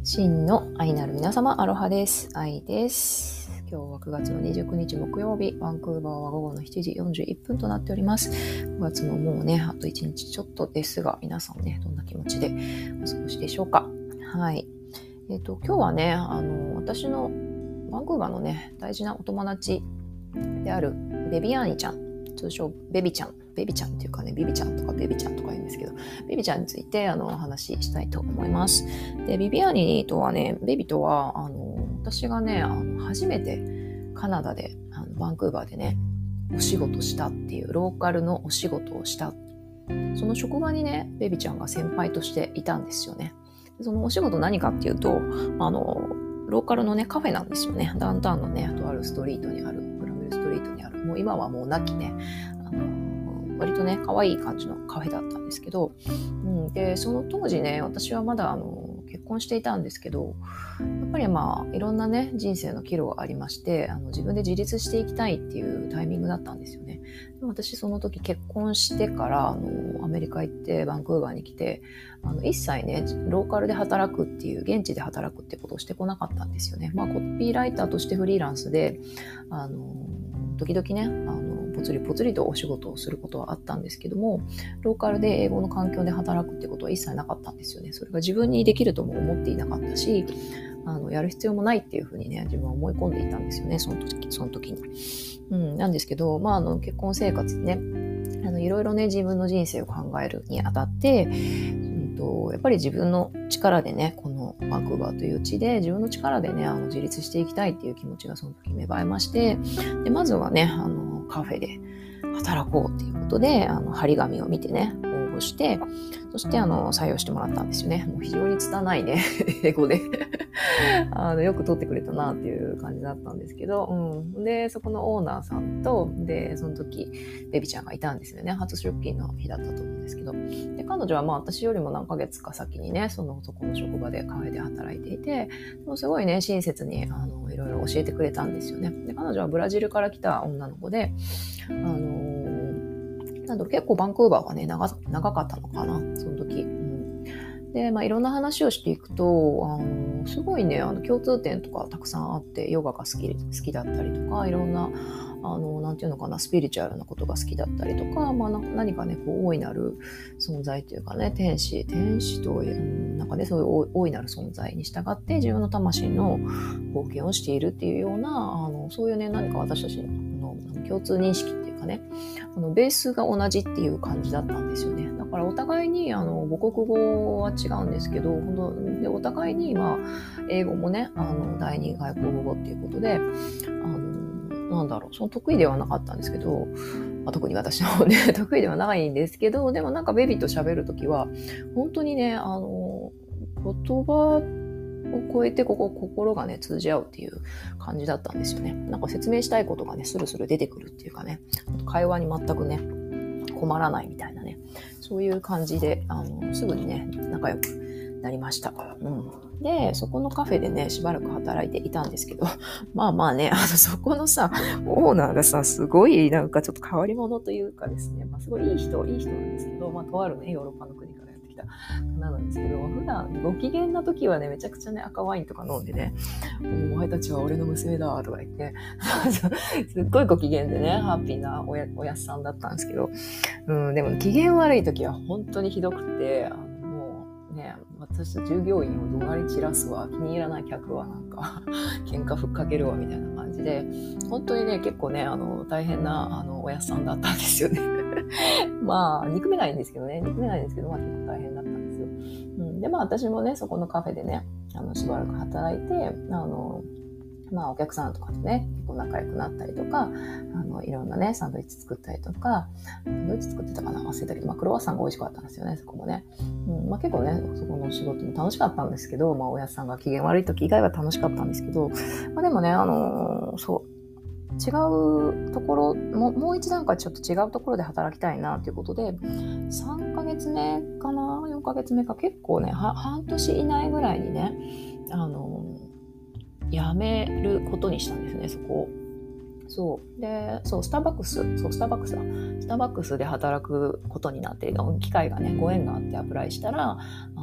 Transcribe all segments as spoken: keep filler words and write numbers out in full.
真の愛なる皆様、アロハです。愛です。今日はくがつのにじゅうくにち木曜日、バンクーバーは午後のしちじよんじゅういっぷんとなっております。くがつももうね、あといちにちちょっとですが、皆さんね、どんな気持ちでお過ごしでしょうか。はい。えっと、今日はね、あの、私のバンクーバーのね、大事なお友達であるベビアーニちゃん、通称ベビちゃん、ベビちゃんっていうかね、ビビちゃんとかベビちゃんとか言うんですけど、ベビちゃんについてあのお話ししたいと思います。で、ビビアーニとはね、ベビとはあの私がね、あの初めてカナダであのバンクーバーでね、お仕事したっていうローカルのお仕事をした。その職場にね、ベビちゃんが先輩としていたんですよね。そのお仕事何かっていうと、あのローカルのねカフェなんですよね。ダウンタウンのね、とあるストリートにある、グラメルストリートにある、もう今はもうなきね、あの割とね可愛い感じのカフェだったんですけど、うん、でその当時ね、私はまだあの結婚していたんですけど、やっぱりまあいろんなね人生の岐路がありまして、あの自分で自立していきたいっていうタイミングだったんですよね。でも私その時結婚してからあのアメリカ行ってバンクーバーに来て、あの一切ねローカルで働くっていう、現地で働くってことをしてこなかったんですよね。まあコピーライターとしてフリーランスであの時々ねあのぽつりぽつりとお仕事をすることはあったんですけども、ローカルで英語の環境で働くってことは一切なかったんですよね。それが自分にできるとも思っていなかったし、あのやる必要もないっていうふうにね自分は思い込んでいたんですよね、その時その時に、うん、なんですけど、まあ、あの結婚生活ね、あのいろいろね自分の人生を考えるにあたって、うんと、やっぱり自分の力でね、このバンクーバーという地で自分の力でねあの自立していきたいっていう気持ちがその時芽生えまして、でまずはねあのカフェで働こうっていうことで、あの張り紙を見てね応募して、そしてあの採用してもらったんですよね。もう非常に拙いね英語であのよく取ってくれたなっていう感じだったんですけど、うん、でそこのオーナーさんと、でその時ベビちゃんがいたんですよね。初出勤の日だったと思うんですけど、で彼女はまあ私よりも何ヶ月か先にねそのそこの職場でカフェで働いていて、でもすごいね親切にあのいろいろ教えてくれたんですよね。で彼女はブラジルから来た女の子で、あのー、なんだろう、結構バンクーバーはね 長, 長かったのかなその時、うん、で、まあ、いろんな話をしていくと、あのー、すごいねあの共通点とかたくさんあって、ヨガが好き好きだったりとか、いろんなあのなんていうのかな、スピリチュアルなことが好きだったりとか、まあ、何かねこう大いなる存在というかね、天使天使という、なんかねそういう大いなる存在に従って自分の魂の冒険をしているっていうような、あのそういうね何か私たちの共通認識っていうかね、あのベースが同じっていう感じだったんですよね。だからお互いにあの母国語は違うんですけど、本当でお互いにまあ英語もねあの第二外国語っていうことで、あのなんだろう、その得意ではなかったんですけど、まあ、特に私のね得意ではないんですけど、でもなんかベビーと喋るときは本当にねあの言葉を超えてここ心がね通じ合うっていう感じだったんですよね。なんか説明したいことがねスルスル出てくるっていうかね、会話に全くね困らないみたいなね、そういう感じであのすぐにね仲良くなりました。うん、でそこのカフェでねしばらく働いていたんですけど、まあまあね、あのそこのさオーナーがさすごいなんかちょっと変わり者というかですね、まあ、すごいいい人いい人なんですけど、まあとあるねヨーロッパの国からやってきた方なんですけど、普段ご機嫌な時はねめちゃくちゃね赤ワインとか飲んでね、お前たちは俺の娘だとか言ってすっごいご機嫌でねハッピーなおやおやっさんだったんですけど、うん、でも機嫌悪い時は本当にひどくて、あのもうね私と従業員を怒鳴り散らすわ、気に入らない客はなんか喧嘩ふっかけるわみたいな感じで、本当にね結構ねあの大変なあのおやっさんだったんですよねまあ憎めないんですけどね憎めないんですけど、まあ結構大変だったんですよ、うん、でまあ私もねそこのカフェでねあのしばらく働いて、あのまあお客さんとかとね結構仲良くなったりとか、あのいろんなねサンドイッチ作ったりとか、サンドイッチ作ってたかな忘れたけど、まあクロワッサンが美味しかったんですよね、そこもね、うん、まあ結構ねそこの仕事も楽しかったんですけど、まあおやさんが機嫌悪い時以外は楽しかったんですけど、まあでもねあのー、そう違うところももう一段階ちょっと違うところで働きたいなということで、さんかげつめかなよんかげつめか、結構ね半年以内ぐらいにねあのー辞めることにしたんですね、そこを。そうで、そうスターバックス、そうスターバックスだ、スターバックスで働くことになって、機会がね、ご縁があってアプライしたら、あの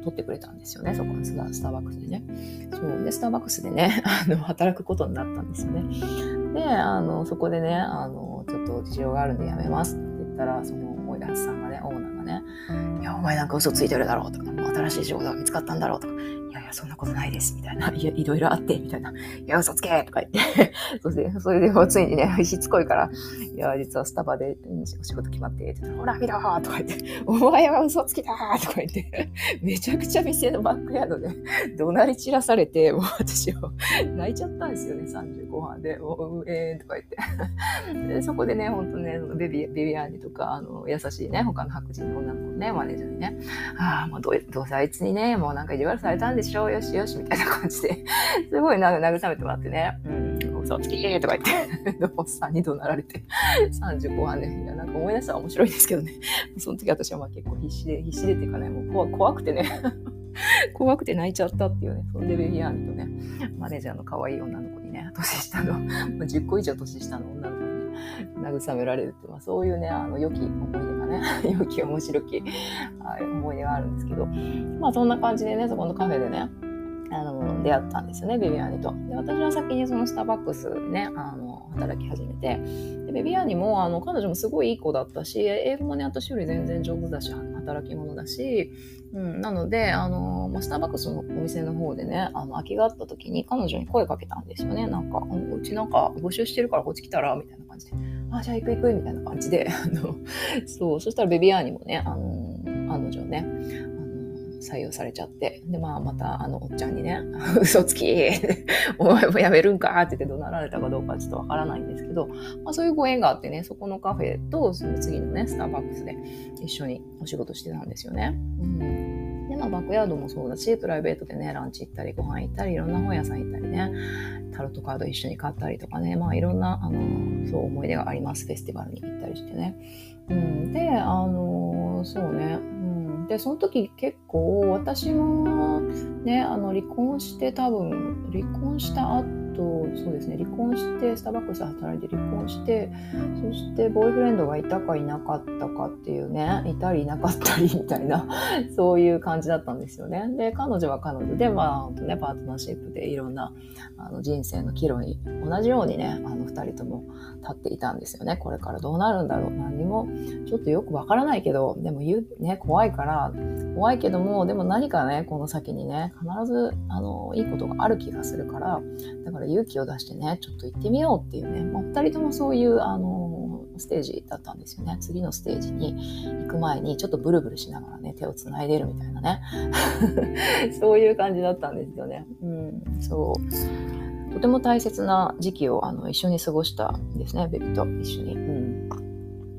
取ってくれたんですよね、そこのスタ、スターバックスでね。そうでスターバックスでねあの働くことになったんですよね。であのそこでねあのちょっと事情があるんで辞めますって言ったら、そのおやすさんがねオーナーがね、いやお前なんか嘘ついてるだろうとか、もう新しい仕事が見つかったんだろうとか、いやいやそんなことないですみたいな、いやいろいろあってみたいな、いや嘘つけとか言ってそしてそれでもうついにねしつこいから、いや実はスタバでお仕事決まってって言ったら、ほら見ろとか言って、お前は嘘つきだとか言ってめちゃくちゃ店のバックヤードで怒鳴り散らされて、もう私は泣いちゃったんですよね、さんじゅう後半で、おうえーとか言ってでそこでね本当ねベビベビアーニとかあの優しいね他の白人の女の子のねマネージャーにね、ああもうどうどうせあいつにねもうなんか意地悪されたんでしょう、よしよしみたいな感じですごいな慰めてもらってね、うん嘘つきとか言っておっさんに怒鳴られてさんじゅう後半で、いやなんか思い出したら面白いですけどね、その時私はまあ結構必死で必死でっていうかね、もう怖怖くてね怖くて泣いちゃったっていうね、そんでベビアーニとねマネージャーの可愛い女の子にね、年下のじゅっこ以上年下の女の子にね慰められるっていう、まあ、そういうねあの良き思い出がね良き面白き、はい、思い出があるんですけど、まあそんな感じでねそこのカフェでねあの出会ったんですよね、ベビアーニと。で私は先にそのスターバックスでねあの働き始めて、でベビアーニもあの彼女もすごいいい子だったし、英語もね私より全然上手だし働き者だし、うん、なのであのスターバックスのお店の方でねあの空きがあった時に彼女に声かけたんですよね。なんかうちなんか募集してるからこっち来たらみたいな感じで、あじゃあ行く行くみたいな感じであのそうそしたらベビアーニもねあの彼女ね採用されちゃって、でまあまたあのおっちゃんにね嘘つきお前も辞めるんかって言って怒鳴られたかどうかちょっとわからないんですけど、まあ、そういうご縁があってね、そこのカフェとその次のねスターバックスで一緒にお仕事してたんですよね。うんでまあバックヤードもそうだし、プライベートでねランチ行ったりご飯行ったりいろんな本屋さん行ったりね、タロットカード一緒に買ったりとかね、まあいろんなあのそう思い出があります。フェスティバルに行ったりしてね。うん、であのそうね、でその時結構私もねあの離婚して多分離婚した後そうですね離婚してスターバックスで働いて離婚して、そしてボーイフレンドがいたかいなかったかっていうね、いたりいなかったりみたいなそういう感じだったんですよね。で彼女は彼女でまあ本当ねパートナーシップでいろんなあの人生の岐路に同じようにねあのふたりとも立っていたんですよね。これからどうなるんだろう、何にもちょっとよくわからないけど、でも言うね怖いから怖いけども、でも何かねこの先にね必ずあのいいことがある気がするから、だから勇気を出してねちょっと行ってみようっていうね、まあ、ふたりともそういうあのステージだったんですよね。次のステージに行く前にちょっとブルブルしながらね手をつないでるみたいなねそういう感じだったんですよね。うん、そうとても大切な時期をあの一緒に過ごしたんですね、ベビと一緒に。うん、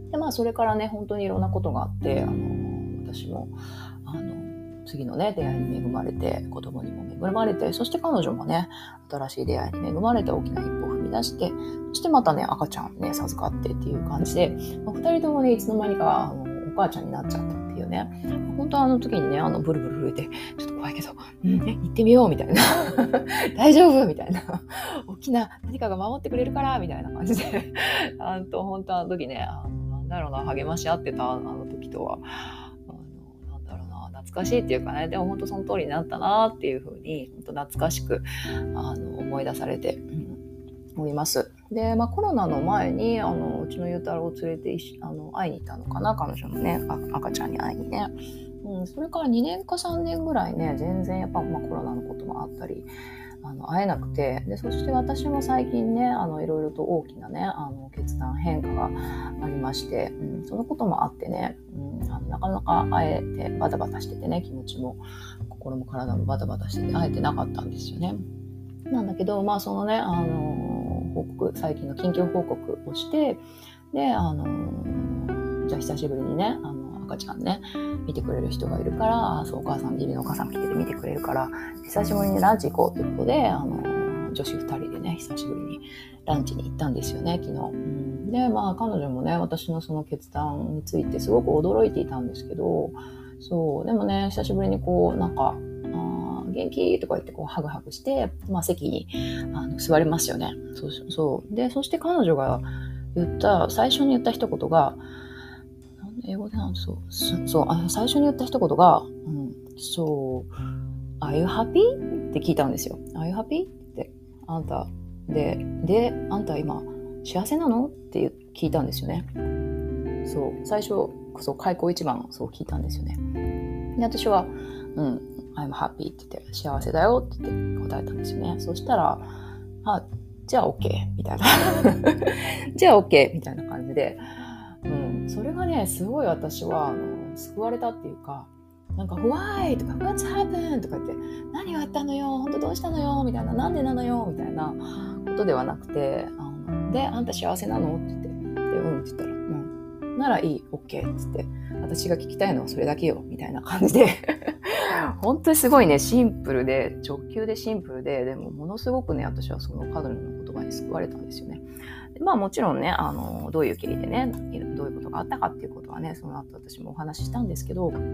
でまあそれからね本当にいろんなことがあって、あの私もあの次のね出会いに恵まれて、子供にも恵まれて、そして彼女もね新しい出会いに恵まれて大きな一歩を踏み出して、そしてまたね赤ちゃんね授かってっていう感じで、まあ、ふたりともねいつの間にかあのお母ちゃんになっちゃったっていうね、本当はあの時にねあのブルブル震えてちょっと怖いけど、うんね、行ってみようみたいな大丈夫みたいな大きな何かが守ってくれるからみたいな感じであの本当あの時ねあのなんだろうな励まし合ってたあの時とは懐かしいっていうかね、でも本当その通りになったなっていう風に本当懐かしくあの思い出されて、うん、おります。で、まあ、コロナの前にあのうちのゆうたろうを連れてあの会いに行ったのかな、彼女のね赤ちゃんに会いにね、うん、それからにねんかさんねんぐらいね全然やっぱ、まあ、コロナのこともあったりあの会えなくて、でそして私も最近ねあのいろいろと大きなねあの決断変化がありまして、うん、そのこともあってね、うん、あのなかなか会えてバタバタしててね、気持ちも心も体もバタバタしてて会えてなかったんですよね。なんだけどまあそのねあの報告最近の近況報告をして、であのじゃあ久しぶりにねあの赤ちゃんね見てくれる人がいるから、あそうお母さん義理のお母さん来てて見てくれるから久しぶりにランチ行こうということで、あの女子ふたりでね久しぶりにランチに行ったんですよね昨日、うん、でまあ彼女もね私のその決断についてすごく驚いていたんですけど、そうでもね久しぶりにこうなんかあ元気とか言ってこうハグハグして、まあ、席にあの座りますよね。そうそうでそして彼女が言った最初に言った一言が英語でなんそうそうあ最初に言った一言が、うん、 そう、Are you happy? って聞いたんですよ。Are you happy? って、あんた、で、で、あんた今、幸せなのって聞いたんですよね。そう、最初、そう、開口一番、そう聞いたんですよね。で、私は、うん、I'm happy って言って、幸せだよって言って答えたんですよね。そしたら、あ、じゃあ OK みたいな。じゃあ OK みたいな感じで、うん、それがね、すごい私は、あの、救われたっていうか、なんか Why? とか What's happened? とか言って、何があったのよ、本当どうしたのよみたいな、なんでなのよみたいなことではなくて、あので、あんた幸せなのって言って、で、うんって言ったら、うん、ならいい、OK って言って、私が聞きたいのはそれだけよみたいな感じで本当にすごいね、シンプルで、直球でシンプルで、でもものすごくね、私はその彼女の言葉に救われたんですよね。で、まあもちろんね、あの、どういう経緯でね、どういうことがあったかっていうことはね、その後私もお話ししたんですけど、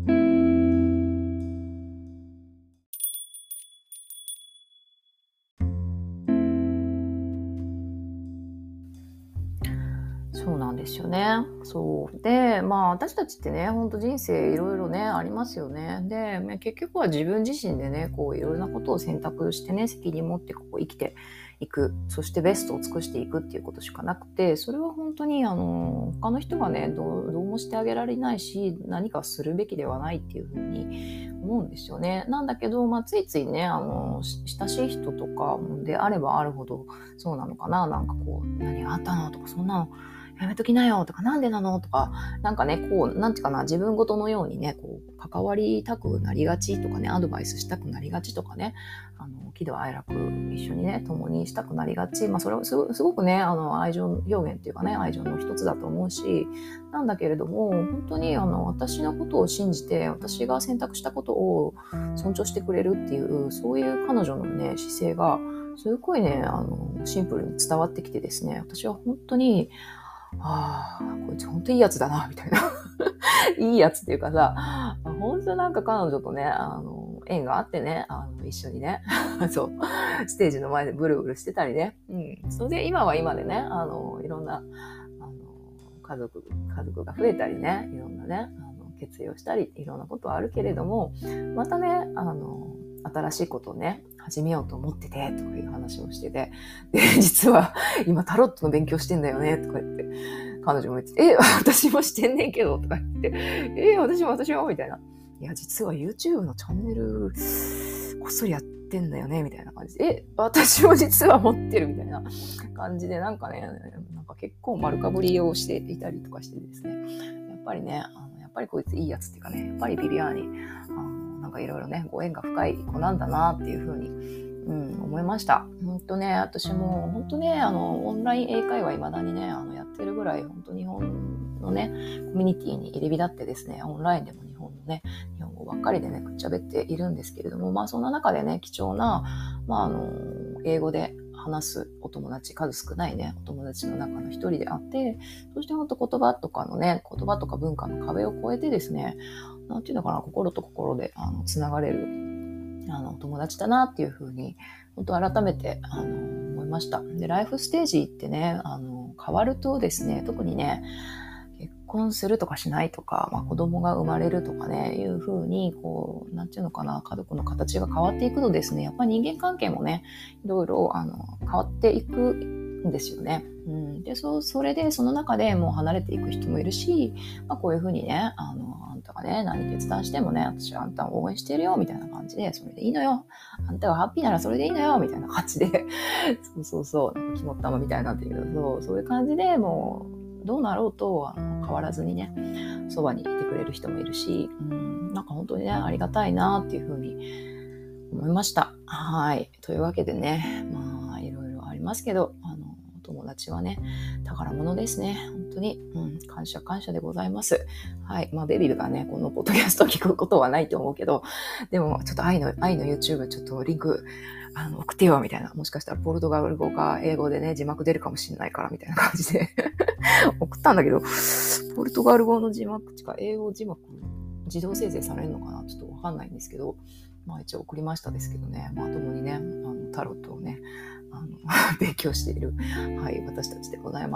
そうなんですよね。そうで、まあ私たちってね、本当人生いろいろねありますよね。で、結局は自分自身でね、こういろんなことを選択してね、責任持ってこう生きていく、そしてベストを尽くしていくっていうことしかなくて、それは本当にあの他の人がねどう、どうもしてあげられないし、何かするべきではないっていうふうに思うんですよね。なんだけど、まあ、ついついね、あの親しい人とかであればあるほどそうなのかな。なんかこう、何があったのとか、そんなのやめときなよとか、なんでなのとか、なんかね、こう、なんていうかな、自分ごとのようにね、こう、関わりたくなりがちとかね、アドバイスしたくなりがちとかね、あの、喜怒哀楽一緒にね、共にしたくなりがち。まあ、それはすごすごくね、あの、愛情表現っていうかね、愛情の一つだと思うし、なんだけれども、本当に、あの、私のことを信じて、私が選択したことを尊重してくれるっていう、そういう彼女のね、姿勢が、すごいね、あの、シンプルに伝わってきてですね、私は本当に、ああ、こいつ本当いいやつだな、みたいな。いいやつっていうかさ、本当なんか彼女とね、あの、縁があってね、あの、一緒にね、そう、ステージの前でブルブルしてたりね。うん。それで今は今でね、あの、いろんな、あの、家族、家族が増えたりね、いろんなね、あの、決意をしたり、いろんなことはあるけれども、またね、あの、新しいことをね、始めようと思ってて、とかいう話をしてて、で、実は今タロットの勉強してんだよね、とか言って、彼女も言って、え、私もしてんねんけど、とか言って、え、私も私も、みたいな。いや、実は YouTube のチャンネル、こっそりやってんだよね、みたいな感じで、え、私も実は持ってる、みたいな感じで、なんかね、なんか結構丸かぶりをしていたりとかしてですね、やっぱりね、あのやっぱりこいついいやつっていうかね、やっぱりビビアーニ、あのなんかいろいろね、ご縁が深い子なんだなっていうふうに、うん、思いました。本当ね、私も本当ね、あのオンライン英会話未だにね、あのやってるぐらい本当日本のねコミュニティに入り浸ってですね、オンラインでも日本のね日本語ばっかりでねくっちゃべっているんですけれども、まあそんな中でね貴重な、まああの英語で話すお友達、数少ないねお友達の中の一人であって、そして本当言葉とかのね言葉とか文化の壁を越えてですね、なんていうのかな、心と心であのつながれるあの友達だなっていうふうに本当改めてあの思いました。で、ライフステージってね、あの変わるとですね、特にね結婚するとかしないとか、まあ、子供が生まれるとかねいうふうにこうなんていうのかな、家族の形が変わっていくとですね、やっぱり人間関係もねいろいろあの変わっていくんですよね。うん、で そ, それでその中でもう離れていく人もいるし、まあ、こういうふうにね、あのあんたがね何決断してもね、私はあんたを応援しているよみたいな感じで、それでいいのよ、あんたがハッピーならそれでいいのよみたいな感じでそうそうそう、なんか肝っ玉みたいになってるけど、そうそういう感じでもうどうなろうとあの変わらずにねそばにいてくれる人もいるし、うん、なんか本当にねありがたいなっていうふうに思いました。はい、というわけでね、まあいろいろありますけど、あの友達はね宝物ですね、本当に、うん、感謝感謝でございます。はい、まあベビーがねこのポッドキャストを聞くことはないと思うけど、でもちょっと愛の愛の YouTube ちょっとリンクあの送ってよみたいな、もしかしたらポルトガル語か英語でね字幕出るかもしれないからみたいな感じで送ったんだけど、ポルトガル語の字幕か英語字幕自動生成されるのかな、ちょっとわかんないんですけど、まあ一応送りましたですけどね、まあ共にねあのタロットをねあの勉強している、はい、私たちでございます。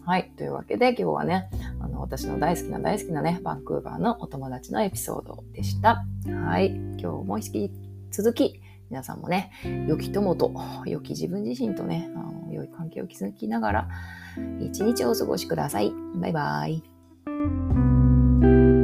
はい。というわけで今日はね、あの、私の大好きな大好きなね、バンクーバーのお友達のエピソードでした。はい。今日も引き続き、皆さんもね、良き友と、良き自分自身とね、あの良い関係を築きながら、一日をお過ごしください。バイバイ。